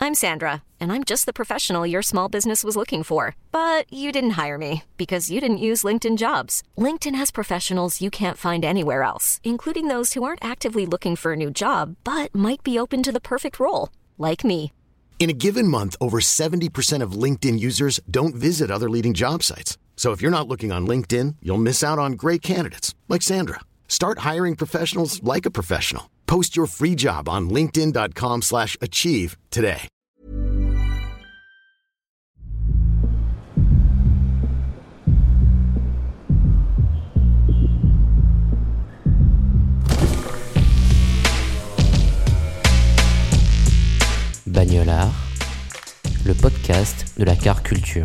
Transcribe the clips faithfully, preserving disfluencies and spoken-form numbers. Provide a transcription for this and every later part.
I'm Sandra, and I'm just the professional your small business was looking for. But you didn't hire me because you didn't use LinkedIn Jobs. LinkedIn has professionals you can't find anywhere else, including those who aren't actively looking for a new job, but might be open to the perfect role, like me. In a given month, over seventy percent of LinkedIn users don't visit other leading job sites. So if you're not looking on LinkedIn, you'll miss out on great candidates like Sandra. Start hiring professionals like a professional. Post your free job on linkedin.com slash achieve today. Bagnolard, le podcast de la car culture.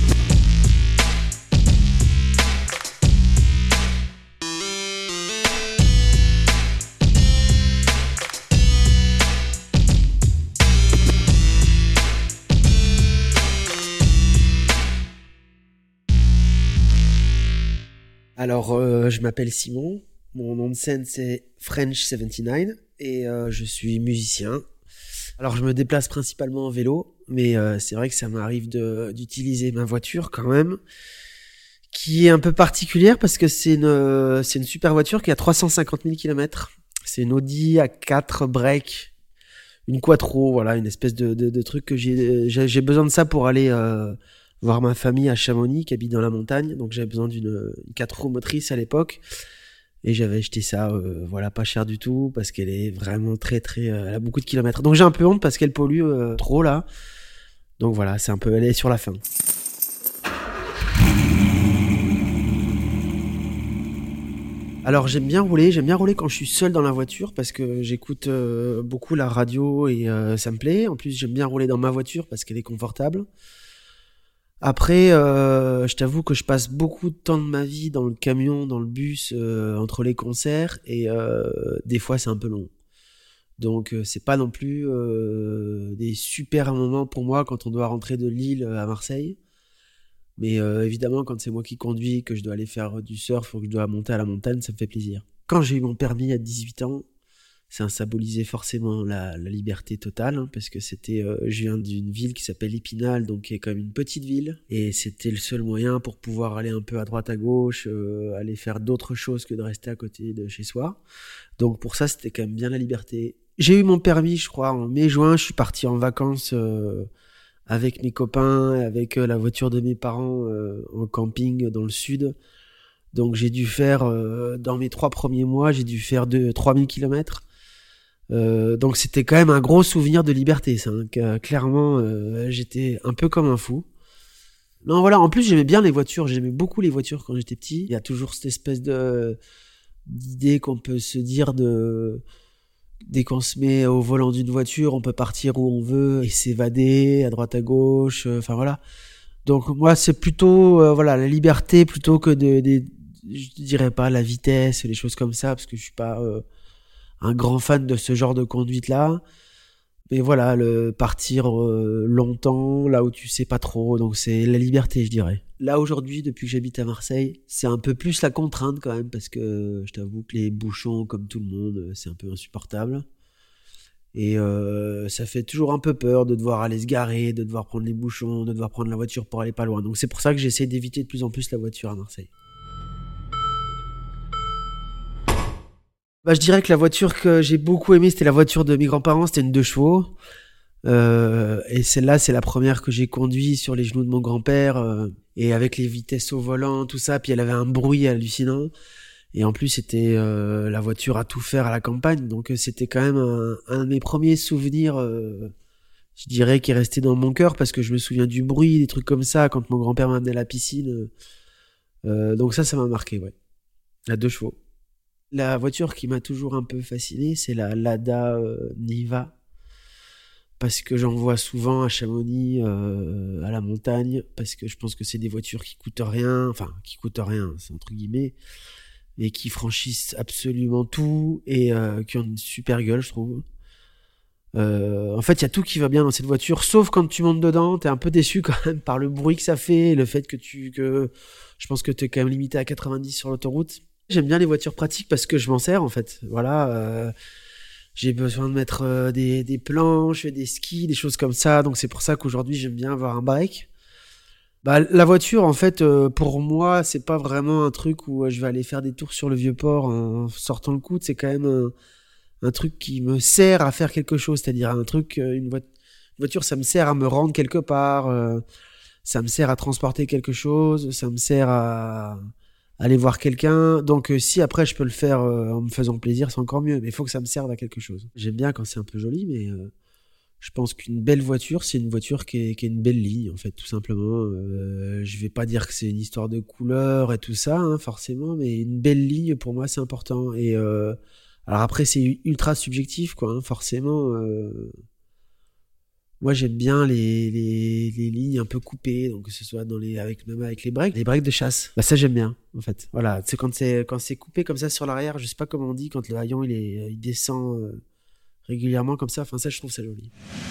Alors, euh, je m'appelle Simon, mon nom de scène c'est French soixante-dix-neuf et euh, je suis musicien. Alors, je me déplace principalement en vélo, mais euh, c'est vrai que ça m'arrive de, d'utiliser ma voiture quand même, qui est un peu particulière parce que c'est une, c'est une super voiture qui a trois cent cinquante mille kilomètres. C'est une Audi A quatre break, une quattro, voilà, une espèce de, de, de truc que j'ai, j'ai, j'ai besoin de ça pour aller euh, voir ma famille à Chamonix, qui habite dans la montagne. Donc, j'avais besoin d'une une quatre roues motrice à l'époque. Et j'avais acheté ça, euh, voilà, pas cher du tout, parce qu'elle est vraiment très, très, euh, elle a beaucoup de kilomètres. Donc j'ai un peu honte parce qu'elle pollue euh, trop là. Donc voilà, c'est un peu, elle est sur la fin. Alors j'aime bien rouler, j'aime bien rouler quand je suis seul dans la voiture parce que j'écoute euh, beaucoup la radio et euh, ça me plaît. En plus j'aime bien rouler dans ma voiture parce qu'elle est confortable. Après, euh, je t'avoue que je passe beaucoup de temps de ma vie dans le camion, dans le bus, euh, entre les concerts, et euh, des fois c'est un peu long. Donc euh, c'est pas non plus euh, des super moments pour moi quand on doit rentrer de Lille à Marseille. Mais euh, évidemment, quand c'est moi qui conduis, que je dois aller faire du surf ou que je dois monter à la montagne, ça me fait plaisir. Quand j'ai eu mon permis à dix-huit ans, ça symbolisait forcément la, la liberté totale, hein, parce que c'était, euh, je viens d'une ville qui s'appelle Épinal, donc qui est quand même une petite ville, et c'était le seul moyen pour pouvoir aller un peu à droite à gauche, euh, aller faire d'autres choses que de rester à côté de chez soi. Donc pour ça, c'était quand même bien la liberté. J'ai eu mon permis, je crois, en mai-juin, je suis parti en vacances euh, avec mes copains, avec euh, la voiture de mes parents euh, en camping dans le sud. Donc j'ai dû faire, euh, dans mes trois premiers mois, j'ai dû faire de trois mille kilomètres. Euh, donc c'était quand même un gros souvenir de liberté, ça, hein, que, clairement euh, j'étais un peu comme un fou. Non voilà, en plus j'aimais bien les voitures, j'aimais beaucoup les voitures quand j'étais petit. Il y a toujours cette espèce de d'idée qu'on peut se dire de dès qu'on se met au volant d'une voiture, on peut partir où on veut et s'évader à droite à gauche, enfin euh, voilà. Donc moi c'est plutôt euh, voilà la liberté plutôt que de, de je dirais pas la vitesse, les choses comme ça, parce que je suis pas euh, un grand fan de ce genre de conduite-là. Mais voilà, le partir euh, longtemps, là où tu sais pas trop, donc c'est la liberté, je dirais. Là, aujourd'hui, depuis que j'habite à Marseille, c'est un peu plus la contrainte quand même, parce que je t'avoue que les bouchons, comme tout le monde, c'est un peu insupportable. Et euh, ça fait toujours un peu peur de devoir aller se garer, de devoir prendre les bouchons, de devoir prendre la voiture pour aller pas loin. Donc c'est pour ça que j'essaie d'éviter de plus en plus la voiture à Marseille. Bah, je dirais que la voiture que j'ai beaucoup aimée, c'était la voiture de mes grands-parents, c'était une deux chevaux. Euh, et celle-là, c'est la première que j'ai conduite sur les genoux de mon grand-père, euh, et avec les vitesses au volant, tout ça. Puis elle avait un bruit hallucinant. Et en plus, c'était euh, la voiture à tout faire à la campagne. Donc c'était quand même un, un de mes premiers souvenirs, euh, je dirais, qui est resté dans mon cœur, parce que je me souviens du bruit, des trucs comme ça, quand mon grand-père m'amenait à la piscine. Euh, donc ça, ça m'a marqué, ouais. La deux chevaux. La voiture qui m'a toujours un peu fasciné, c'est la Lada euh, Niva, parce que j'en vois souvent à Chamonix, euh, à la montagne, parce que je pense que c'est des voitures qui coûtent rien, enfin qui coûtent rien, c'est entre guillemets, mais qui franchissent absolument tout et euh, qui ont une super gueule, je trouve. Euh, en fait, il y a tout qui va bien dans cette voiture, sauf quand tu montes dedans, t'es un peu déçu quand même par le bruit que ça fait, le fait que tu, que je pense que t'es quand même limité à quatre-vingt-dix sur l'autoroute. J'aime bien les voitures pratiques parce que je m'en sers en fait. Voilà, euh, j'ai besoin de mettre euh, des, des planches, des skis, des choses comme ça. Donc c'est pour ça qu'aujourd'hui j'aime bien avoir un break. Bah, la voiture, en fait, euh, pour moi, c'est pas vraiment un truc où euh, je vais aller faire des tours sur le Vieux-Port en sortant le coude. C'est quand même un, un truc qui me sert à faire quelque chose. C'est-à-dire un truc, euh, une, vo- une voiture, ça me sert à me rendre quelque part. Euh, ça me sert à transporter quelque chose. Ça me sert à aller voir quelqu'un. Donc euh, si après je peux le faire euh, en me faisant plaisir, c'est encore mieux. Mais il faut que ça me serve à quelque chose. J'aime bien quand c'est un peu joli, mais... Euh, je pense qu'une belle voiture, c'est une voiture qui est, qui est une belle ligne, en fait, tout simplement. Euh, je vais pas dire que c'est une histoire de couleur et tout ça, hein, forcément, mais une belle ligne, pour moi, c'est important. Et euh, alors après, c'est ultra subjectif, quoi, hein, forcément. Euh, moi, j'aime bien les, les, les lignes un peu coupées, donc que ce soit dans les, avec, même avec les breaks, les breaks de chasse. Bah, ça, j'aime bien, en fait. Voilà, c'est quand c'est, quand c'est coupé comme ça sur l'arrière, je sais pas comment on dit, quand le haillon, il est, il descend, euh, régulièrement comme ça, enfin ça je trouve ça joli.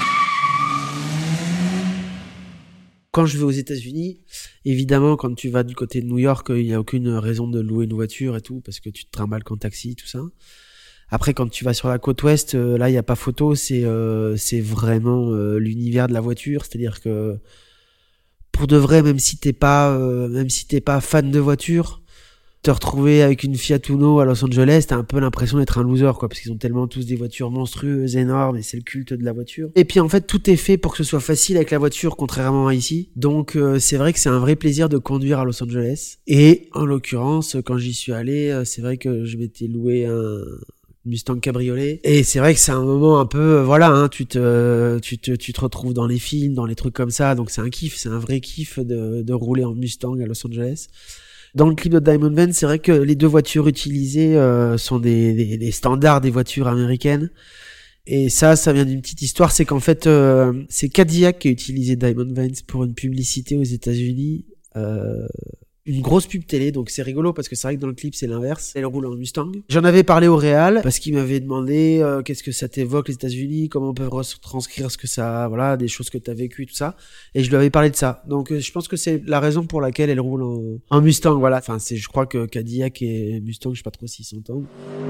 Quand je vais aux États-Unis, évidemment quand tu vas du côté de New York, il n'y a aucune raison de louer une voiture et tout, parce que tu te trimbales qu'en taxi, tout ça. Après quand tu vas sur la côte ouest, là il n'y a pas photo, c'est, euh, c'est vraiment euh, l'univers de la voiture, c'est-à-dire que pour de vrai, même si t'es pas, euh, même si t'es pas fan de voiture, te retrouver avec une Fiat Uno à Los Angeles, t'as un peu l'impression d'être un loser, quoi, parce qu'ils ont tellement tous des voitures monstrueuses, énormes, et c'est le culte de la voiture. Et puis en fait, tout est fait pour que ce soit facile avec la voiture, contrairement à ici. Donc euh, c'est vrai que c'est un vrai plaisir de conduire à Los Angeles. Et en l'occurrence, quand j'y suis allé, euh, c'est vrai que je m'étais loué un Mustang cabriolet. Et c'est vrai que c'est un moment un peu, euh, voilà, hein, tu te, tu te, tu te retrouves dans les films, dans les trucs comme ça. Donc c'est un kiff, c'est un vrai kiff de, de rouler en Mustang à Los Angeles. Dans le clip de Diamond Van, c'est vrai que les deux voitures utilisées euh, sont des, des, des standards des voitures américaines. Et ça, ça vient d'une petite histoire, c'est qu'en fait, euh, c'est Cadillac qui a utilisé Diamond Van pour une publicité aux États-Unis, euh, une grosse pub télé. Donc c'est rigolo parce que c'est vrai que dans le clip c'est l'inverse. Elle roule en Mustang. J'en avais parlé au réal parce qu'il m'avait demandé euh, qu'est-ce que ça t'évoque les États-Unis, comment on peut retranscrire ce que ça, voilà, des choses que t'as vécues, tout ça. Et je lui avais parlé de ça. Donc euh, je pense que c'est la raison pour laquelle elle roule en, en Mustang, voilà. Enfin c'est, je crois que Cadillac et Mustang, je sais pas trop s'ils s'entendent.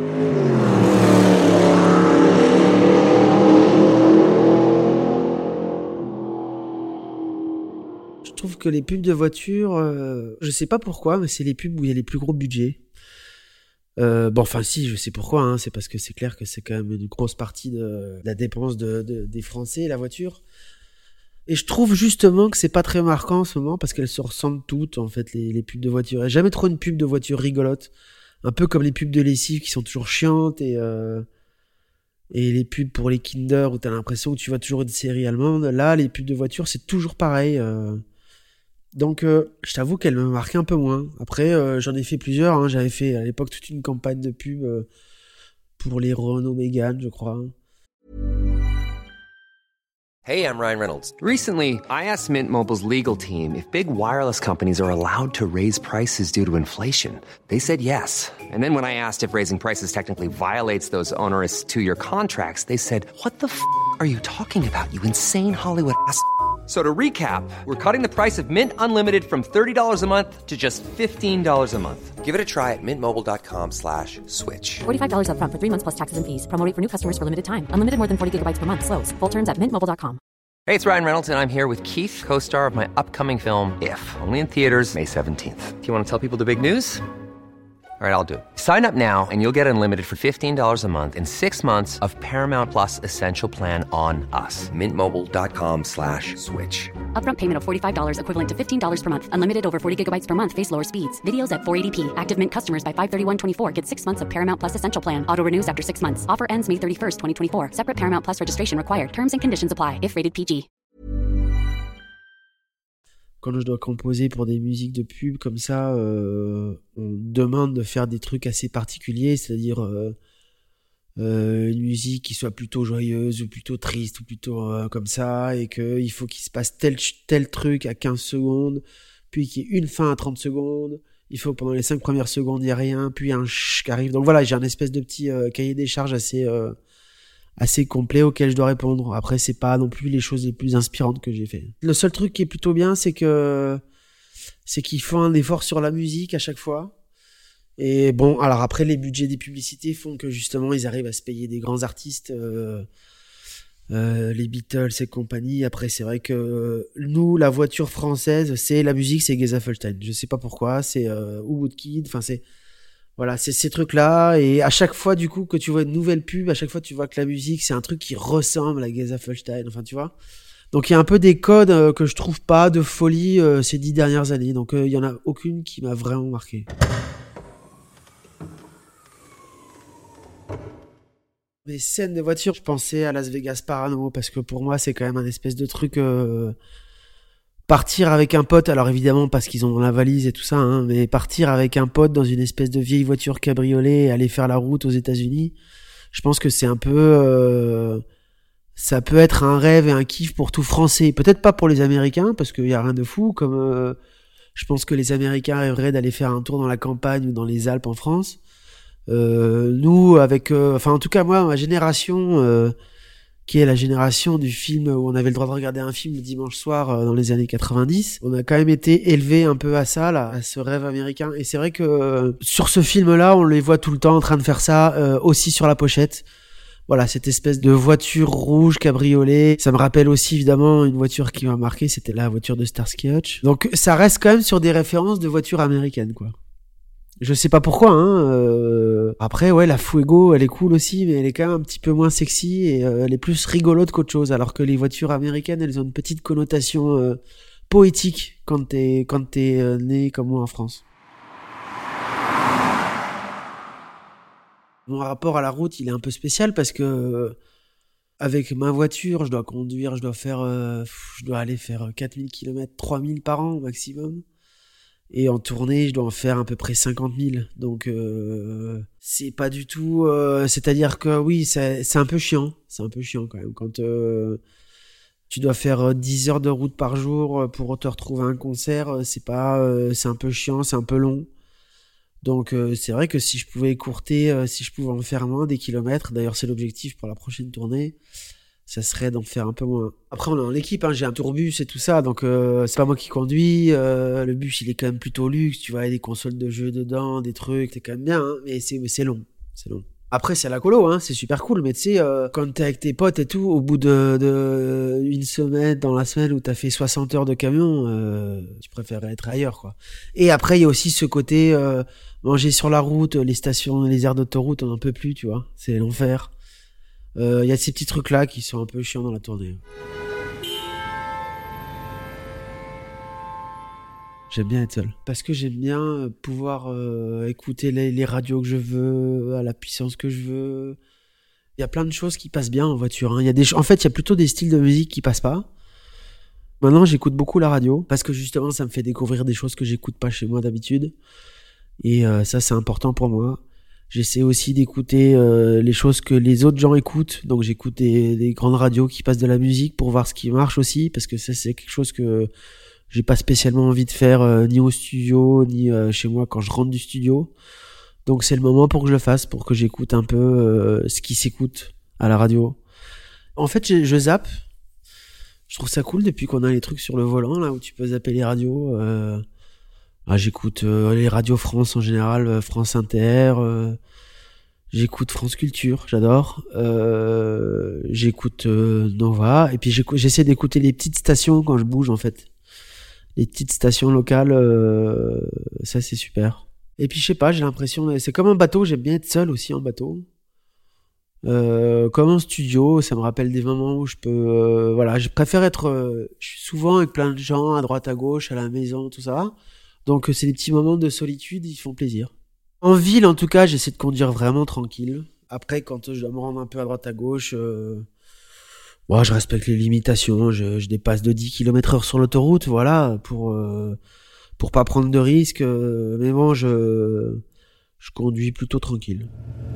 Je trouve que les pubs de voitures, euh, je sais pas pourquoi, mais c'est les pubs où il y a les plus gros budgets. Euh, bon, enfin si, je sais pourquoi, hein, c'est parce que c'est clair que c'est quand même une grosse partie de, de la dépense de, de, des Français, la voiture. Et je trouve justement que c'est pas très marquant en ce moment parce qu'elles se ressemblent toutes, en fait, les, les pubs de voitures. Il n'y a jamais trop une pub de voiture rigolote. Un peu comme les pubs de lessive qui sont toujours chiantes et... Euh, Et les pubs pour les Kinder où t'as l'impression que tu vois toujours une série allemande. Là, les pubs de voiture, c'est toujours pareil. Euh... Donc, euh, je t'avoue qu'elle me marquait un peu moins. Après, euh, j'en ai fait plusieurs. Hein. J'avais fait à l'époque toute une campagne de pub euh, pour les Renault Mégane, je crois. Hey, I'm Ryan Reynolds. Recently, I asked Mint Mobile's legal team if big wireless companies are allowed to raise prices due to inflation. They said yes. And then when I asked if raising prices technically violates those onerous two-year contracts, they said, "What the f*** are you talking about, you insane Hollywood ass?" So to recap, we're cutting the price of Mint Unlimited from thirty dollars a month to just fifteen dollars a month. Give it a try at mintmobile.com slash switch. forty-five dollars up front for three months plus taxes and fees. Promo rate for new customers for limited time. Unlimited more than forty gigabytes per month. Slows full terms at mint mobile dot com. Hey, it's Ryan Reynolds, and I'm here with Keith, co-star of my upcoming film, If, only in theaters May seventeenth. Do you want to tell people the big news? All right, I'll do it. Sign up now and you'll get unlimited for fifteen dollars a month and six months of Paramount Plus Essential Plan on us. Mintmobile.com slash switch. Upfront payment of forty-five dollars equivalent to fifteen dollars per month. Unlimited over forty gigabytes per month. Face lower speeds. Videos at four eighty p. Active Mint customers by five thirty-one twenty-four get six months of Paramount Plus Essential Plan. Auto renews after six months. Offer ends May thirty-first, twenty twenty-four. Separate Paramount Plus registration required. Terms and conditions apply if rated P G. Quand je dois composer pour des musiques de pub comme ça, euh, on me demande de faire des trucs assez particuliers, c'est-à-dire euh, euh, une musique qui soit plutôt joyeuse ou plutôt triste ou plutôt euh, comme ça, et qu'il faut qu'il se passe tel, tel truc à quinze secondes, puis qu'il y ait une fin à trente secondes, il faut pendant les cinq premières secondes il n'y a rien, puis un ch qui arrive. Donc voilà, j'ai un espèce de petit euh, cahier des charges assez... Euh, assez complet auquel je dois répondre. Après, c'est pas non plus les choses les plus inspirantes que j'ai fait. Le seul truc qui est plutôt bien, c'est que c'est qu'ils font un effort sur la musique à chaque fois. Et bon, alors après, les budgets des publicités font que justement, ils arrivent à se payer des grands artistes, euh, euh, les Beatles et compagnie. Après, c'est vrai que euh, nous, la voiture française, c'est la musique, c'est Gesaffelstein. Je sais pas pourquoi, c'est euh, Woodkid, enfin c'est voilà, c'est ces trucs-là. Et à chaque fois, du coup, que tu vois une nouvelle pub, à chaque fois, tu vois que la musique, c'est un truc qui ressemble à Gesaffelstein. Enfin, tu vois. Donc il y a un peu des codes euh, que je trouve pas de folie euh, ces dix dernières années. Donc il euh, y en a aucune qui m'a vraiment marqué. Mes scènes de voiture, je pensais à Las Vegas Parano parce que pour moi c'est quand même un espèce de truc euh, partir avec un pote, alors évidemment parce qu'ils ont la valise et tout ça, hein, mais partir avec un pote dans une espèce de vieille voiture cabriolet et aller faire la route aux États-Unis, je pense que c'est un peu euh, ça peut être un rêve et un kiff pour tout Français, peut-être pas pour les Américains parce qu'il y a rien de fou, comme euh, je pense que les Américains rêveraient d'aller faire un tour dans la campagne ou dans les Alpes en France. Euh, nous, avec, euh, enfin en tout cas moi, ma génération, euh, qui est la génération du film où on avait le droit de regarder un film le dimanche soir euh, dans les années quatre-vingt-dix, on a quand même été élevé un peu à ça, là, à ce rêve américain. Et c'est vrai que euh, sur ce film-là, on les voit tout le temps en train de faire ça, euh, aussi sur la pochette. Voilà, cette espèce de voiture rouge cabriolet. Ça me rappelle aussi évidemment une voiture qui m'a marqué, c'était la voiture de Starsky Hutch. Donc ça reste quand même sur des références de voitures américaines, quoi. Je sais pas pourquoi, hein. Euh... Après, ouais, la Fuego, elle est cool aussi, mais elle est quand même un petit peu moins sexy et euh, elle est plus rigolote qu'autre chose. Alors que les voitures américaines, elles ont une petite connotation euh, poétique quand t'es quand t'es euh, né comme moi en France. Mon rapport à la route, il est un peu spécial parce que euh, avec ma voiture, je dois conduire, je dois faire, euh, je dois aller faire quatre mille kilomètres, trois mille par an au maximum. Et en tournée, je dois en faire à peu près cinquante mille. Donc, euh, c'est pas du tout... Euh, c'est-à-dire que oui, c'est, c'est un peu chiant. C'est un peu chiant quand même. Quand euh, tu dois faire dix heures de route par jour pour te retrouver à un concert, c'est pas... Euh, c'est un peu chiant, c'est un peu long. Donc, euh, c'est vrai que si je pouvais écourter, euh, si je pouvais en faire moins des kilomètres, d'ailleurs c'est l'objectif pour la prochaine tournée, ça serait d'en faire un peu moins. Après, on est en équipe, hein, j'ai un tourbus et tout ça, donc euh, c'est pas moi qui conduis. Euh, le bus, il est quand même plutôt luxe, tu vois, il y a des consoles de jeux dedans, des trucs, c'est quand même bien, hein, mais c'est, c'est long, c'est long. Après, c'est la colo, hein, c'est super cool, mais tu sais, euh, quand t'es avec tes potes et tout, au bout de, de une semaine, dans la semaine où t'as fait soixante heures de camion, euh, tu préférerais être ailleurs, quoi. Et après, il y a aussi ce côté euh, manger sur la route, les stations, les aires d'autoroute, on n'en peut plus, tu vois, c'est l'enfer. Il euh, y a ces petits trucs là qui sont un peu chiants dans la tournée. J'aime bien être seul parce que j'aime bien pouvoir euh, écouter les, les radios que je veux à la puissance que je veux. Il y a plein de choses qui passent bien en voiture, hein. Il y a des en fait il y a plutôt des styles de musique qui passent pas. Maintenant j'écoute beaucoup la radio parce que justement ça me fait découvrir des choses que j'écoute pas chez moi d'habitude et euh, ça c'est important pour moi. J'essaie aussi d'écouter euh, les choses que les autres gens écoutent. Donc j'écoute des, des grandes radios qui passent de la musique pour voir ce qui marche aussi. Parce que ça c'est quelque chose que j'ai pas spécialement envie de faire euh, ni au studio, ni euh, chez moi quand je rentre du studio. Donc c'est le moment pour que je le fasse, pour que j'écoute un peu euh, ce qui s'écoute à la radio. En fait je, je zappe. Je trouve ça cool depuis qu'on a les trucs sur le volant là où tu peux zapper les radios. Euh... Ah, j'écoute euh, les radios France en général, euh, France Inter, euh, j'écoute France Culture, j'adore, euh, j'écoute euh, Nova, et puis j'essaie d'écouter les petites stations quand je bouge en fait. Les petites stations locales, euh, ça c'est super. Et puis je sais pas, j'ai l'impression, c'est comme un bateau, j'aime bien être seul aussi en bateau. Euh, comme en studio, ça me rappelle des moments où je peux, euh, voilà, je préfère être, euh, je suis souvent avec plein de gens à droite à gauche, à la maison, tout ça. Donc c'est des petits moments de solitude, ils font plaisir. En ville, en tout cas, j'essaie de conduire vraiment tranquille. Après, quand je dois me rendre un peu à droite à gauche, euh... bon, je respecte les limitations. Je, je dépasse de dix kilomètres heure sur l'autoroute, voilà, pour euh... pour pas prendre de risques. Euh... Mais bon, je je conduis plutôt tranquille.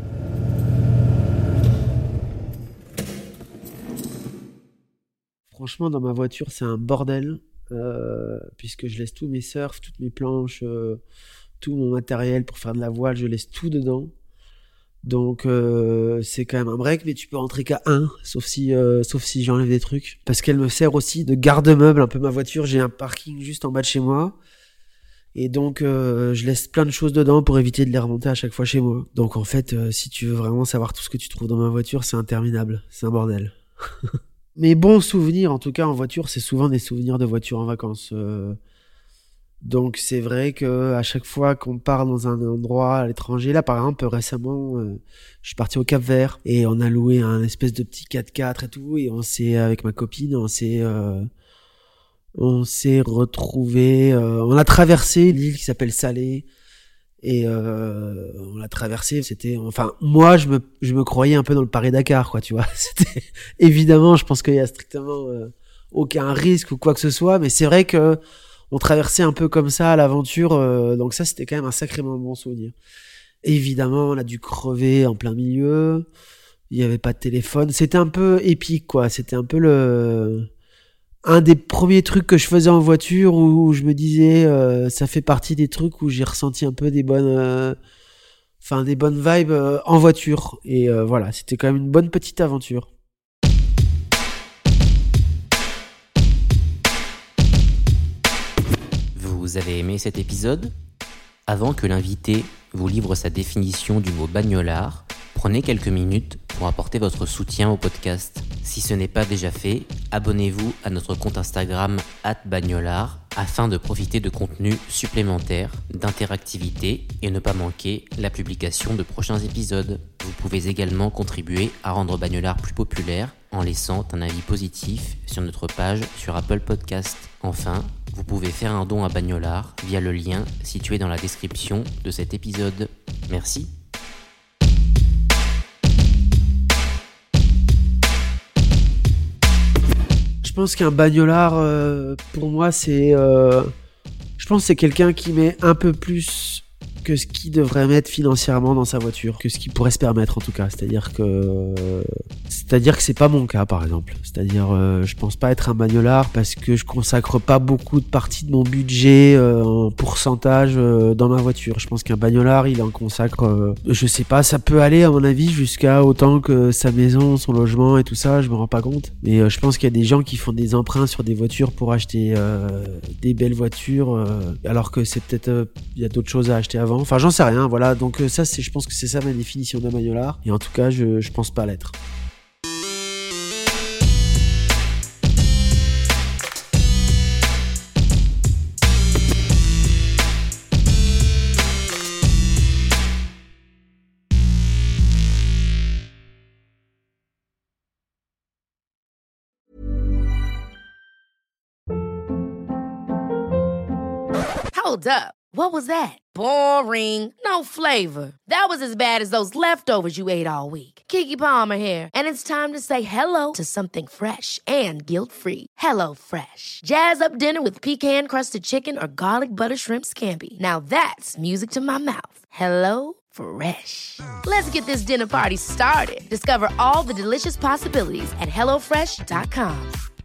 Franchement, dans ma voiture, c'est un bordel. Euh, puisque je laisse tous mes surfs, toutes mes planches, euh, tout mon matériel pour faire de la voile, je laisse tout dedans. Donc euh, c'est quand même un break, mais tu peux rentrer qu'à un, sauf si euh, sauf si j'enlève des trucs, parce qu'elle me sert aussi de garde-meuble un peu ma voiture. J'ai un parking juste en bas de chez moi, Et donc, euh, je laisse plein de choses dedans pour éviter de les remonter à chaque fois chez moi. Donc, en fait, euh, si tu veux vraiment savoir tout ce que tu trouves dans ma voiture, c'est interminable. C'est un bordel. Mes bons souvenirs, en tout cas, en voiture, c'est souvent des souvenirs de voiture en vacances. Euh, donc, c'est vrai que à chaque fois qu'on part dans un endroit à l'étranger, là, par exemple, récemment, euh, je suis parti au Cap-Vert et on a loué un espèce de petit quatre-quatre et tout, et on s'est, avec ma copine, on s'est... Euh, On s'est retrouvés, euh, on a traversé l'île qui s'appelle Salé et euh, on l'a traversé. C'était, enfin, moi je me je me croyais un peu dans le Paris-Dakar, quoi, tu vois. C'était évidemment, je pense qu'il y a strictement euh, aucun risque ou quoi que ce soit, mais c'est vrai que on traversait un peu comme ça à l'aventure, euh, donc ça c'était quand même un sacrément bon souvenir. Évidemment, on a dû crever en plein milieu. Il y avait pas de téléphone. C'était un peu épique, quoi. C'était un peu le un des premiers trucs que je faisais en voiture où je me disais euh, ça fait partie des trucs où j'ai ressenti un peu des bonnes euh, enfin des bonnes vibes euh, en voiture et euh, voilà, c'était quand même une bonne petite aventure. Vous avez aimé cet épisode ? Avant que l'invité vous livre sa définition du mot bagnolard, prenez quelques minutes pour apporter votre soutien au podcast. Si ce n'est pas déjà fait, abonnez-vous à notre compte Instagram arobase bagnolard afin de profiter de contenus supplémentaires, d'interactivité et ne pas manquer la publication de prochains épisodes. Vous pouvez également contribuer à rendre Bagnolard plus populaire en laissant un avis positif sur notre page sur Apple Podcast. Enfin, vous pouvez faire un don à Bagnolard via le lien situé dans la description de cet épisode. Merci. Je pense qu'un bagnolard, euh, pour moi, c'est... Euh, je pense que c'est quelqu'un qui met un peu plus que ce qu'il devrait mettre financièrement dans sa voiture, que ce qu'il pourrait se permettre en tout cas. C'est-à-dire que... C'est-à-dire que c'est pas mon cas, par exemple. C'est-à-dire, euh, je pense pas être un bagnolard parce que je consacre pas beaucoup de partie de mon budget euh, en pourcentage euh, dans ma voiture. Je pense qu'un bagnolard, il en consacre, euh, je sais pas, ça peut aller à mon avis jusqu'à autant que sa maison, son logement et tout ça, je me rends pas compte. Mais euh, je pense qu'il y a des gens qui font des emprunts sur des voitures pour acheter euh, des belles voitures, euh, alors que c'est peut-être, euh, il y a d'autres choses à acheter avant. Enfin, j'en sais rien, voilà. Donc euh, ça, c'est, je pense que c'est ça ma définition d'un bagnolard. Et en tout cas, je, je pense pas l'être. Hold up. What was that? Boring. No flavor. That was as bad as those leftovers you ate all week. Keke Palmer here, and it's time to say hello to something fresh and guilt-free. Hello Fresh. Jazz up dinner with pecan-crusted chicken or garlic butter shrimp scampi. Now that's music to my mouth. Hello Fresh. Let's get this dinner party started. Discover all the delicious possibilities at hello fresh dot com.